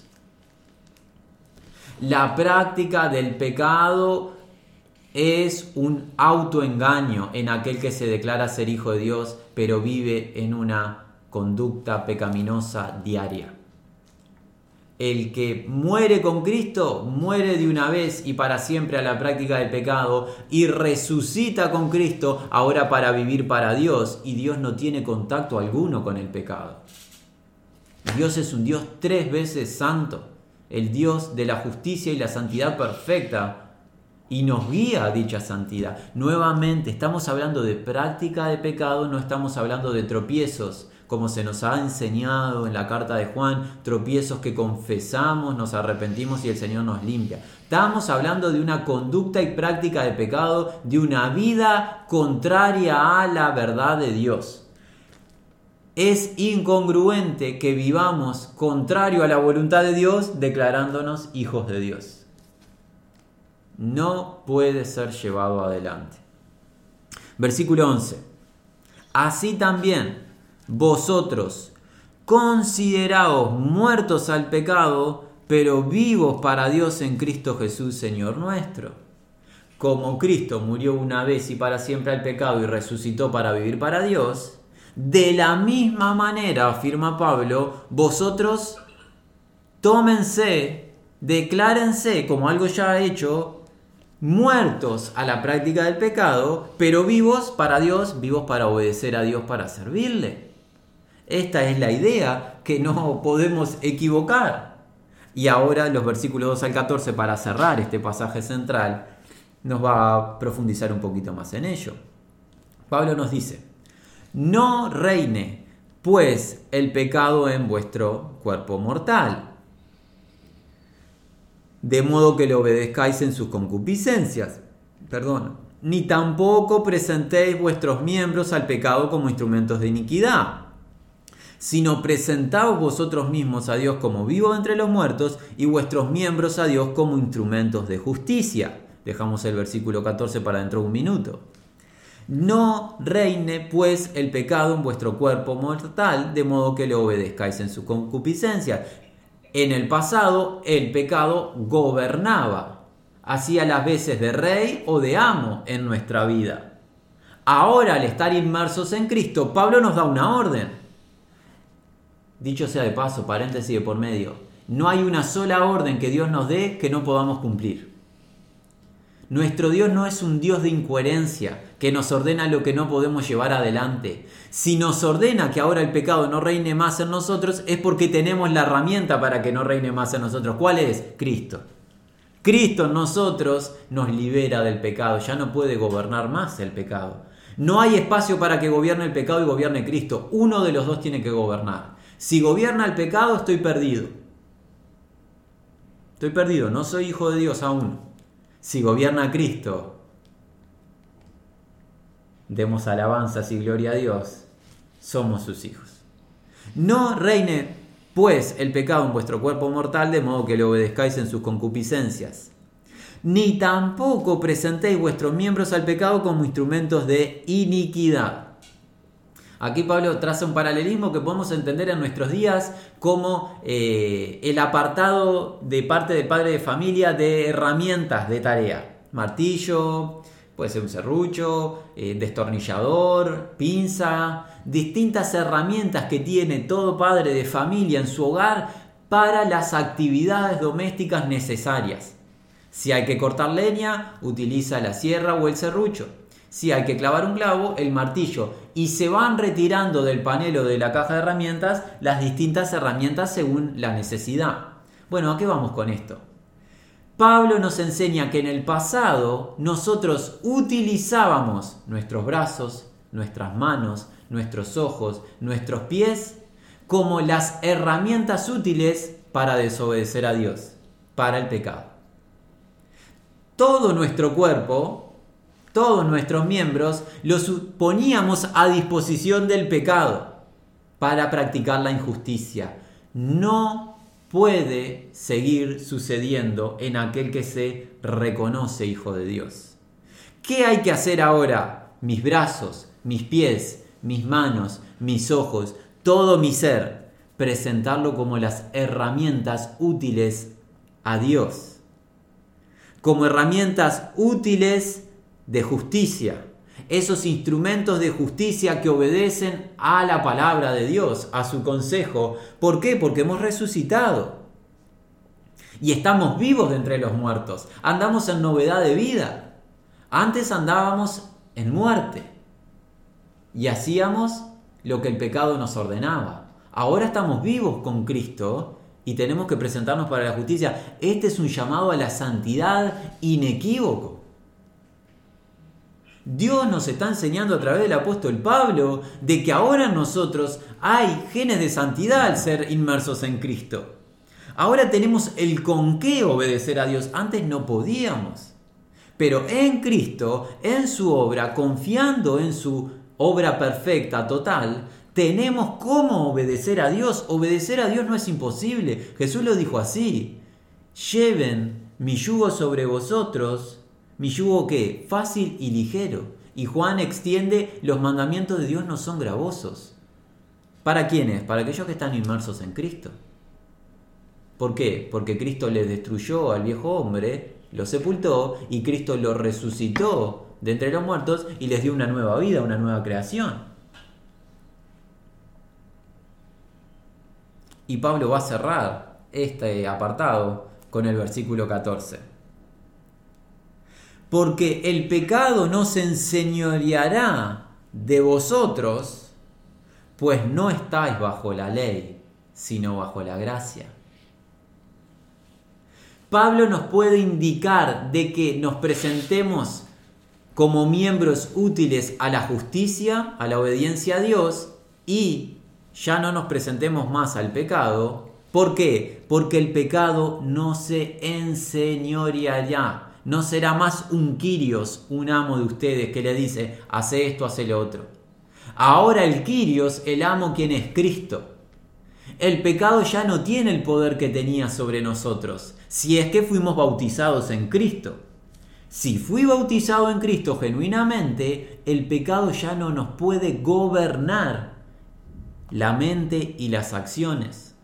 La práctica del pecado es un autoengaño en aquel que se declara ser hijo de Dios, pero vive en una conducta pecaminosa diaria. El que muere con Cristo, muere de una vez y para siempre a la práctica del pecado y resucita con Cristo ahora para vivir para Dios, y Dios no tiene contacto alguno con el pecado. Dios es un Dios 3 veces santo, el Dios de la justicia y la santidad perfecta, y nos guía a dicha santidad. Nuevamente, estamos hablando de práctica de pecado, no estamos hablando de tropiezos, como se nos ha enseñado en la carta de Juan, tropiezos que confesamos, nos arrepentimos y el Señor nos limpia. Estamos hablando de una conducta y práctica de pecado, de una vida contraria a la verdad de Dios. Es incongruente que vivamos contrario a la voluntad de Dios declarándonos hijos de Dios. No puede ser llevado adelante. Versículo 11. Así también vosotros consideraos muertos al pecado, pero vivos para Dios en Cristo Jesús, Señor nuestro. Como Cristo murió una vez y para siempre al pecado y resucitó para vivir para Dios, De la misma manera, afirma Pablo, vosotros tómense, declárense como algo ya hecho, muertos a la práctica del pecado, pero vivos para Dios, vivos para obedecer a Dios, para servirle. Esta es la idea que no podemos equivocar. Y ahora los versículos 2 al 14, para cerrar este pasaje central, nos va a profundizar un poquito más en ello. Pablo nos dice: no reine pues el pecado en vuestro cuerpo mortal, de modo que le obedezcáis en sus concupiscencias. Ni tampoco presentéis vuestros miembros al pecado como instrumentos de iniquidad, sino presentaos vosotros mismos a Dios como vivos entre los muertos y vuestros miembros a Dios como instrumentos de justicia. Dejamos el versículo 14 para dentro de un minuto. No reine pues el pecado en vuestro cuerpo mortal, de modo que le obedezcáis en su concupiscencia. En el pasado el pecado gobernaba, hacía las veces de rey o de amo en nuestra vida. Ahora, al estar inmersos en Cristo, Pablo nos da una orden. Dicho sea de paso, paréntesis de por medio, no hay una sola orden que Dios nos dé que no podamos cumplir. Nuestro Dios no es un Dios de incoherencia que nos ordena lo que no podemos llevar adelante. Si nos ordena que ahora el pecado no reine más en nosotros, es porque tenemos la herramienta para que no reine más en nosotros. ¿Cuál es? Cristo. Cristo en nosotros nos libera del pecado. Ya no puede gobernar más el pecado. No hay espacio para que gobierne el pecado y gobierne Cristo. Uno de los dos tiene que gobernar. Si gobierna el pecado, estoy perdido. Estoy perdido, no soy hijo de Dios aún. Si gobierna Cristo, demos alabanzas y gloria a Dios, somos sus hijos. No reine pues el pecado en vuestro cuerpo mortal, de modo que le obedezcáis en sus concupiscencias. Ni tampoco presentéis vuestros miembros al pecado como instrumentos de iniquidad. Aquí Pablo traza un paralelismo que podemos entender en nuestros días como el apartado de parte del padre de familia de herramientas de tarea. Martillo, puede ser un serrucho, destornillador, pinza, distintas herramientas que tiene todo padre de familia en su hogar para las actividades domésticas necesarias. Si hay que cortar leña, utiliza la sierra o el serrucho. Si hay que clavar un clavo, el martillo. Y se van retirando del panel o de la caja de herramientas las distintas herramientas según la necesidad. Bueno, ¿a qué vamos con esto? Pablo nos enseña que en el pasado nosotros utilizábamos nuestros brazos, nuestras manos, nuestros ojos, nuestros pies como las herramientas útiles para desobedecer a Dios, para el pecado. Todo nuestro cuerpo, todos nuestros miembros, los poníamos a disposición del pecado para practicar la injusticia. No puede seguir sucediendo en aquel que se reconoce hijo de Dios. ¿Qué hay que hacer ahora? Mis brazos, mis pies, mis manos, mis ojos, todo mi ser, presentarlo como las herramientas útiles a Dios, como herramientas útiles de justicia, esos instrumentos de justicia que obedecen a la palabra de Dios, a su consejo. ¿Por qué? Porque hemos resucitado y estamos vivos de entre los muertos, andamos en novedad de vida. Antes andábamos en muerte y hacíamos lo que el pecado nos ordenaba. Ahora estamos vivos con Cristo y tenemos que presentarnos para la justicia. Este es un llamado a la santidad inequívoco. Dios nos está enseñando a través del apóstol Pablo de que ahora en nosotros hay genes de santidad al ser inmersos en Cristo. Ahora tenemos el con qué obedecer a Dios. Antes no podíamos. Pero en Cristo, en su obra, confiando en su obra perfecta, total, tenemos cómo obedecer a Dios. Obedecer a Dios no es imposible. Jesús lo dijo así: lleven mi yugo sobre vosotros. ¿Mi yugo qué? Fácil y ligero. Y Juan extiende: los mandamientos de Dios no son gravosos. ¿Para quiénes? Para aquellos que están inmersos en Cristo. ¿Por qué? Porque Cristo les destruyó al viejo hombre, lo sepultó, y Cristo lo resucitó de entre los muertos y les dio una nueva vida, una nueva creación. Y Pablo va a cerrar este apartado con el versículo 14. Porque el pecado no se enseñoreará de vosotros, pues no estáis bajo la ley, sino bajo la gracia. Pablo nos puede indicar de que nos presentemos como miembros útiles a la justicia, a la obediencia a Dios, y ya no nos presentemos más al pecado. ¿Por qué? Porque el pecado no se enseñoreará, no será más un Kyrios, un amo de ustedes que le dice, hace esto, hace lo otro. Ahora el Kyrios, el amo, quien es Cristo. El pecado ya no tiene el poder que tenía sobre nosotros, si es que fuimos bautizados en Cristo. Si fui bautizado en Cristo genuinamente, el pecado ya no nos puede gobernar la mente y las acciones.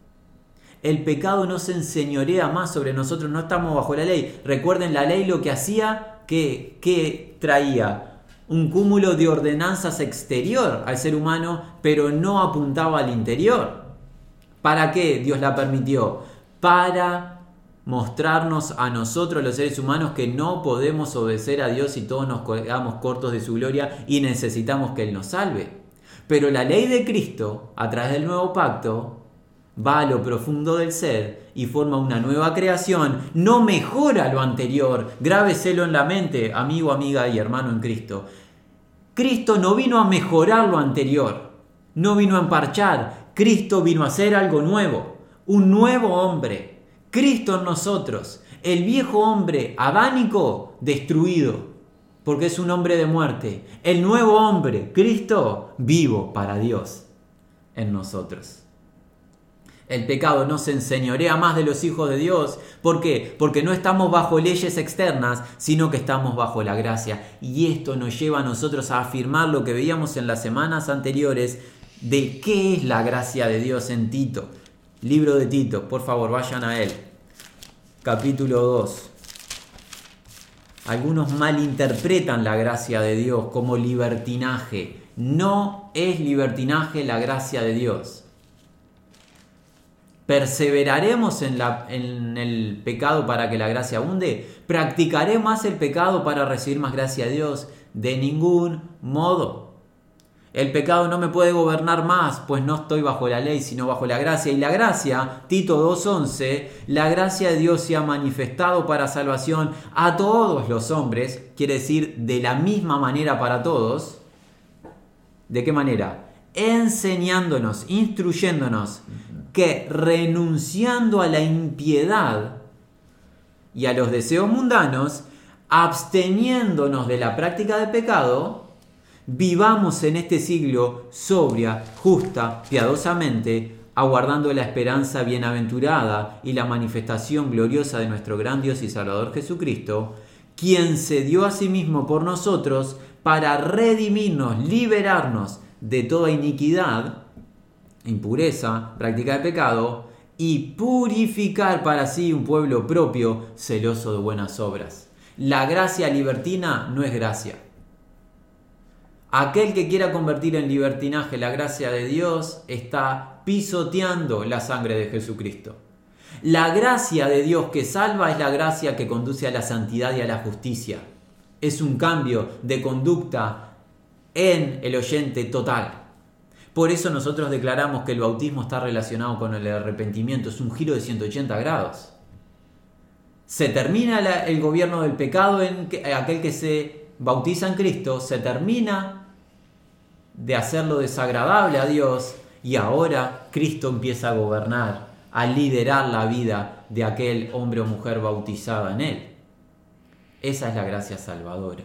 El pecado no se enseñorea más sobre nosotros, no estamos bajo la ley. Recuerden, la ley lo que hacía, que traía un cúmulo de ordenanzas exterior al ser humano, pero no apuntaba al interior. ¿Para qué Dios la permitió? Para mostrarnos a nosotros los seres humanos que no podemos obedecer a Dios y todos nos quedamos cortos de su gloria y necesitamos que Él nos salve. Pero la ley de Cristo, a través del nuevo pacto, va a lo profundo del ser y forma una nueva creación, no mejora lo anterior. Grábeselo en la mente, amigo, amiga y hermano en Cristo. Cristo no vino a mejorar lo anterior, no vino a emparchar. Cristo vino a hacer algo nuevo, un nuevo hombre. Cristo en nosotros, el viejo hombre adánico destruido, porque es un hombre de muerte. El nuevo hombre, Cristo, vivo para Dios en nosotros. El pecado no se enseñorea más de los hijos de Dios. ¿Por qué? Porque no estamos bajo leyes externas, sino que estamos bajo la gracia. Y esto nos lleva a nosotros a afirmar lo que veíamos en las semanas anteriores de qué es la gracia de Dios en Tito. Libro de Tito, por favor, vayan a él. Capítulo 2. Algunos malinterpretan la gracia de Dios como libertinaje. No es libertinaje la gracia de Dios. ¿Perseveraremos en el pecado para que la gracia abunde? ¿Practicaré más el pecado para recibir más gracia de Dios? De ningún modo. El pecado no me puede gobernar más, pues no estoy bajo la ley, sino bajo la gracia. Y la gracia, Tito 2:11, la gracia de Dios se ha manifestado para salvación a todos los hombres, quiere decir de la misma manera para todos. ¿De qué manera? Enseñándonos, instruyéndonos que renunciando a la impiedad y a los deseos mundanos, absteniéndonos de la práctica de pecado, vivamos en este siglo sobria, justa, piadosamente, aguardando la esperanza bienaventurada y la manifestación gloriosa de nuestro gran Dios y Salvador Jesucristo, quien se dio a sí mismo por nosotros para redimirnos, liberarnos de toda iniquidad, impureza, práctica de pecado, y purificar para sí un pueblo propio, celoso de buenas obras. La gracia libertina no es gracia. Aquel que quiera convertir en libertinaje la gracia de Dios está pisoteando la sangre de Jesucristo. La gracia de Dios que salva es la gracia que conduce a la santidad y a la justicia. Es un cambio de conducta en el oyente total. Por eso nosotros declaramos que el bautismo está relacionado con el arrepentimiento. Es un giro de 180 grados. Se termina el gobierno del pecado en aquel que se bautiza en Cristo, se termina de hacerlo desagradable a Dios y ahora Cristo empieza a gobernar, a liderar la vida de aquel hombre o mujer bautizada en Él. Esa es la gracia salvadora.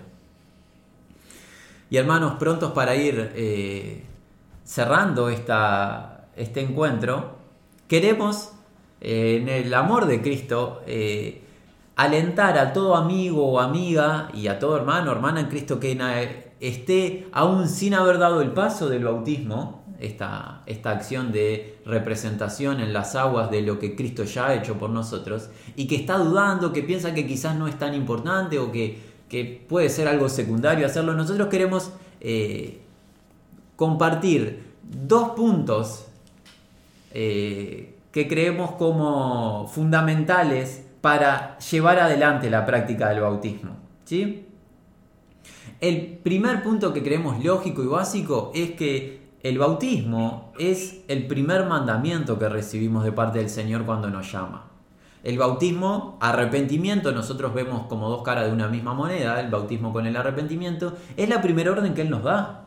Y hermanos, prontos para ir cerrando este encuentro, queremos en el amor de Cristo alentar a todo amigo o amiga y a todo hermano o hermana en Cristo que esté aún sin haber dado el paso del bautismo, esta acción de representación en las aguas de lo que Cristo ya ha hecho por nosotros, y que está dudando, que piensa que quizás no es tan importante o que puede ser algo secundario hacerlo. Nosotros queremos compartir 2 puntos que creemos como fundamentales para llevar adelante la práctica del bautismo, ¿sí? El primer punto que creemos lógico y básico es que el bautismo es el primer mandamiento que recibimos de parte del Señor cuando nos llama. El bautismo, arrepentimiento, nosotros vemos como dos caras de una misma moneda, el bautismo con el arrepentimiento, es la primera orden que Él nos da.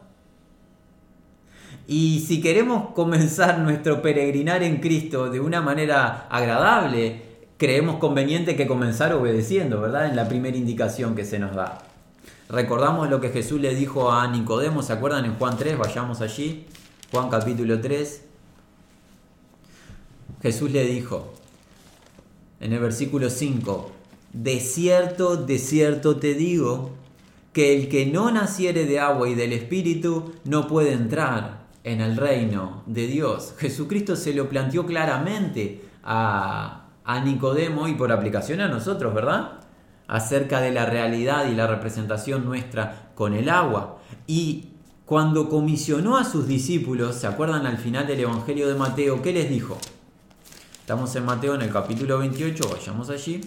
Y si queremos comenzar nuestro peregrinar en Cristo de una manera agradable, creemos conveniente que comenzar obedeciendo, ¿verdad? En la primera indicación que se nos da. Recordamos lo que Jesús le dijo a Nicodemo, ¿se acuerdan? En Juan 3, vayamos allí, Juan capítulo 3. Jesús le dijo, en el versículo 5, de cierto te digo, que el que no naciere de agua y del Espíritu no puede entrar en el reino de Dios. Jesucristo se lo planteó claramente a Nicodemo y por aplicación a nosotros, ¿verdad? Acerca de la realidad y la representación nuestra con el agua. Y cuando comisionó a sus discípulos, ¿se acuerdan al final del Evangelio de Mateo? ¿Qué les dijo? Estamos en Mateo en el capítulo 28, vayamos allí.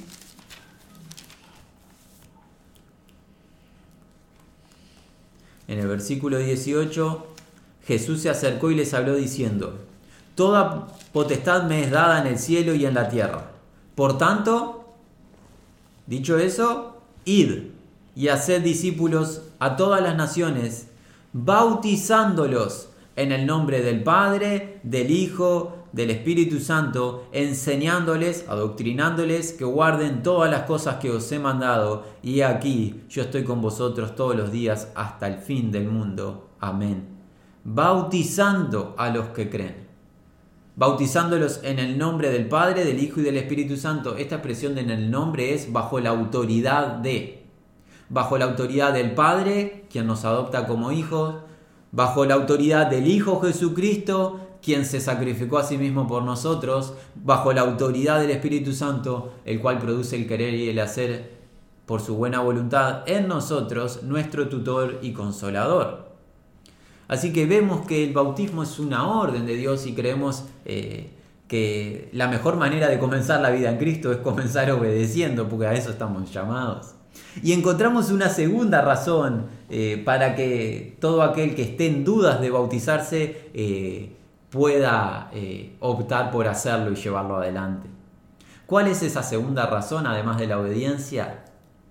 En el versículo 18, Jesús se acercó y les habló diciendo, toda potestad me es dada en el cielo y en la tierra. Por tanto, dicho eso, id y haced discípulos a todas las naciones, bautizándolos en el nombre del Padre, del Hijo, del Espíritu Santo, enseñándoles, adoctrinándoles que guarden todas las cosas que os he mandado. Y aquí yo estoy con vosotros todos los días hasta el fin del mundo. Amén. Bautizando a los que creen. Bautizándolos en el nombre del Padre, del Hijo y del Espíritu Santo. Esta expresión de en el nombre es bajo la autoridad de. Bajo la autoridad del Padre, quien nos adopta como hijos. Bajo la autoridad del Hijo Jesucristo, quien se sacrificó a sí mismo por nosotros. Bajo la autoridad del Espíritu Santo, el cual produce el querer y el hacer por su buena voluntad en nosotros, nuestro tutor y consolador. Así que vemos que el bautismo es una orden de Dios y creemos que la mejor manera de comenzar la vida en Cristo es comenzar obedeciendo, porque a eso estamos llamados. Y encontramos una segunda razón para que todo aquel que esté en dudas de bautizarse pueda optar por hacerlo y llevarlo adelante. ¿Cuál es esa segunda razón, además de la obediencia?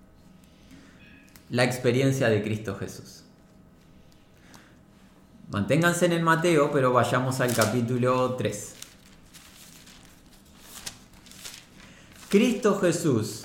La experiencia de Cristo Jesús. Manténganse en el Mateo, pero vayamos al capítulo 3. Cristo Jesús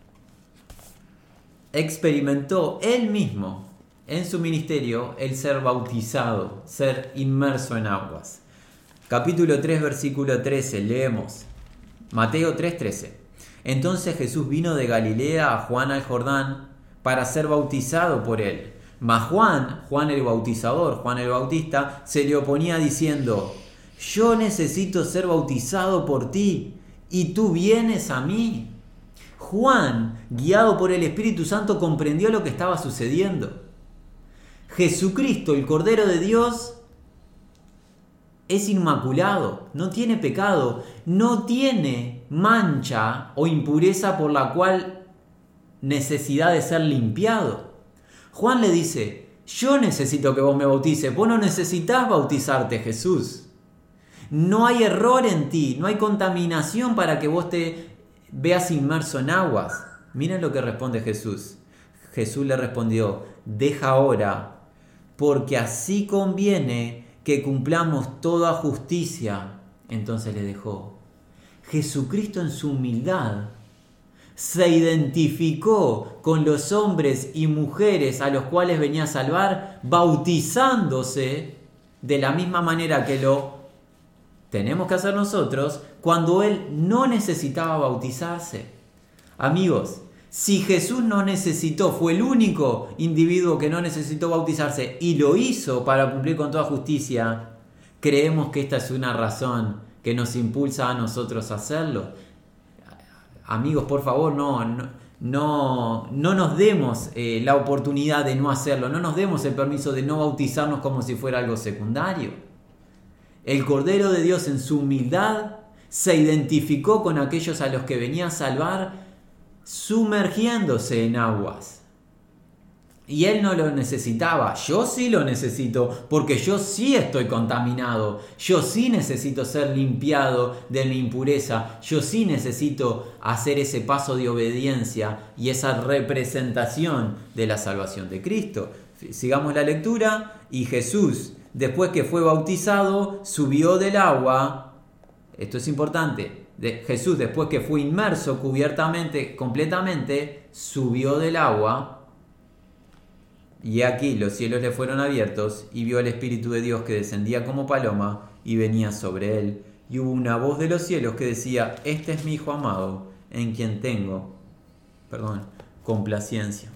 experimentó él mismo en su ministerio el ser bautizado, ser inmerso en aguas. Capítulo 3, versículo 13, leemos. Mateo 3:13. Entonces Jesús vino de Galilea a Juan al Jordán para ser bautizado por él. Mas Juan el bautizador, Juan el Bautista, se le oponía diciendo, yo necesito ser bautizado por ti, y tú vienes a mí. Juan, guiado por el Espíritu Santo, comprendió lo que estaba sucediendo. Jesucristo, el Cordero de Dios, es inmaculado, no tiene pecado, no tiene mancha o impureza por la cual necesidad de ser limpiado. Juan le dice, yo necesito que vos me bautices, vos no necesitas bautizarte, Jesús. No hay error en ti, no hay contaminación para que vos te veas inmerso en aguas. Miren lo que responde Jesús. Jesús le respondió, deja ahora, porque así conviene que cumplamos toda justicia. Entonces le dejó. Jesucristo en su humildad se identificó con los hombres y mujeres a los cuales venía a salvar, bautizándose de la misma manera que lo tenemos que hacer nosotros cuando Él no necesitaba bautizarse. Amigos, si Jesús no necesitó, fue el único individuo que no necesitó bautizarse y lo hizo para cumplir con toda justicia, creemos que esta es una razón que nos impulsa a nosotros a hacerlo. Amigos, por favor, no nos demos la oportunidad de no hacerlo, no nos demos el permiso de no bautizarnos como si fuera algo secundario. El Cordero de Dios en su humildad se identificó con aquellos a los que venía a salvar, sumergiéndose en aguas. Y Él no lo necesitaba. Yo sí lo necesito, porque yo sí estoy contaminado. Yo sí necesito ser limpiado de mi impureza. Yo sí necesito hacer ese paso de obediencia y esa representación de la salvación de Cristo. Sigamos la lectura. Y Jesús, después que fue bautizado, subió del agua. Esto es importante. Jesús, después que fue inmerso cubiertamente, completamente, subió del agua. Y aquí los cielos le fueron abiertos, y vio al Espíritu de Dios que descendía como paloma y venía sobre él. Y hubo una voz de los cielos que decía: este es mi Hijo amado, en quien tengo complacencia.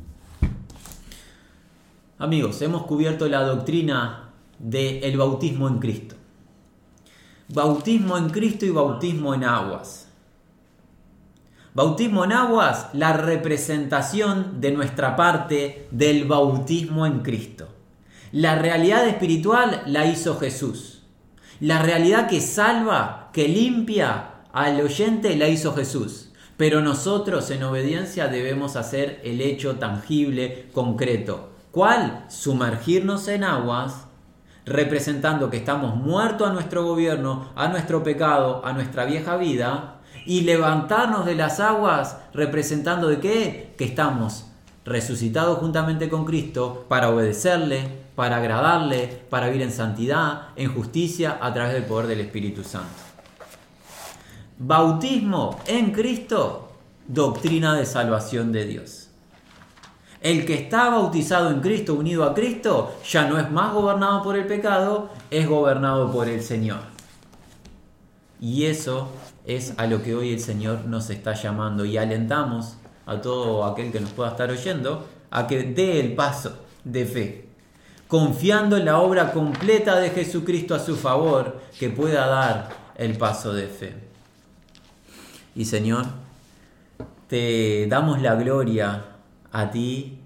Amigos, hemos cubierto la doctrina del bautismo en Cristo. Bautismo en Cristo y bautismo en aguas. Bautismo en aguas, la representación de nuestra parte del bautismo en Cristo. La realidad espiritual la hizo Jesús. La realidad que salva, que limpia al oyente, la hizo Jesús. Pero nosotros en obediencia debemos hacer el hecho tangible, concreto. ¿Cuál? Sumergirnos en aguas, representando que estamos muertos a nuestro gobierno, a nuestro pecado, a nuestra vieja vida, y levantarnos de las aguas representando ¿de qué? Que estamos resucitados juntamente con Cristo para obedecerle, para agradarle, para vivir en santidad, en justicia, a través del poder del Espíritu Santo. Bautismo en Cristo, doctrina de salvación de Dios. El que está bautizado en Cristo, unido a Cristo, ya no es más gobernado por el pecado, es gobernado por el Señor. Y eso es a lo que hoy el Señor nos está llamando, y alentamos a todo aquel que nos pueda estar oyendo a que dé el paso de fe, confiando en la obra completa de Jesucristo a su favor, que pueda dar el paso de fe. Y Señor, te damos la gloria a ti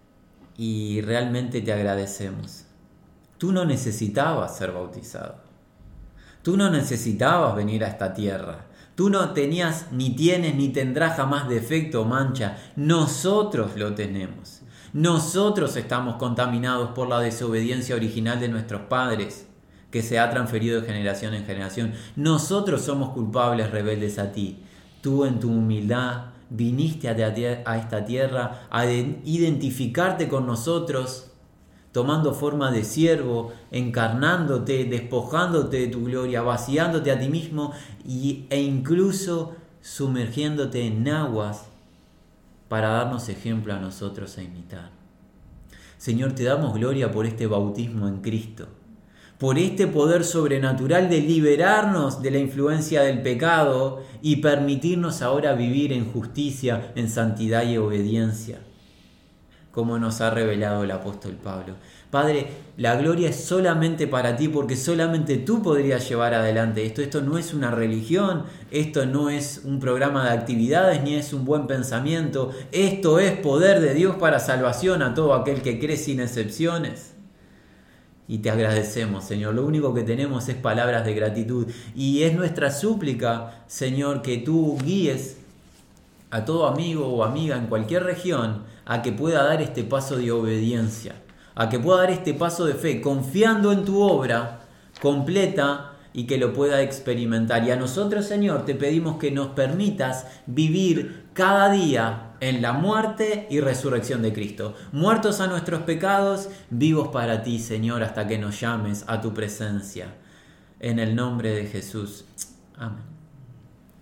y realmente te agradecemos. Tú no necesitabas ser bautizado. Tú no necesitabas venir a esta tierra. Tú no tenías, ni tienes, ni tendrás jamás defecto o mancha. Nosotros lo tenemos. Nosotros estamos contaminados por la desobediencia original de nuestros padres, que se ha transferido de generación en generación. Nosotros somos culpables, rebeldes a ti. Tú en tu humildad viniste a esta tierra a identificarte con nosotros, tomando forma de siervo, encarnándote, despojándote de tu gloria, vaciándote a ti mismo e incluso sumergiéndote en aguas para darnos ejemplo a nosotros a imitar. Señor, te damos gloria por este bautismo en Cristo, por este poder sobrenatural de liberarnos de la influencia del pecado y permitirnos ahora vivir en justicia, en santidad y obediencia, como nos ha revelado el apóstol Pablo. Padre, la gloria es solamente para ti, porque solamente tú podrías llevar adelante esto. Esto no es una religión, esto no es un programa de actividades, ni es un buen pensamiento. Esto es poder de Dios para salvación a todo aquel que cree sin excepciones. Y te agradecemos, Señor. Lo único que tenemos es palabras de gratitud. Y es nuestra súplica, Señor, que tú guíes a todo amigo o amiga en cualquier región a que pueda dar este paso de obediencia, a que pueda dar este paso de fe, confiando en tu obra completa y que lo pueda experimentar. Y a nosotros, Señor, te pedimos que nos permitas vivir cada día en la muerte y resurrección de Cristo. Muertos a nuestros pecados, vivos para ti, Señor, hasta que nos llames a tu presencia. En el nombre de Jesús. Amén.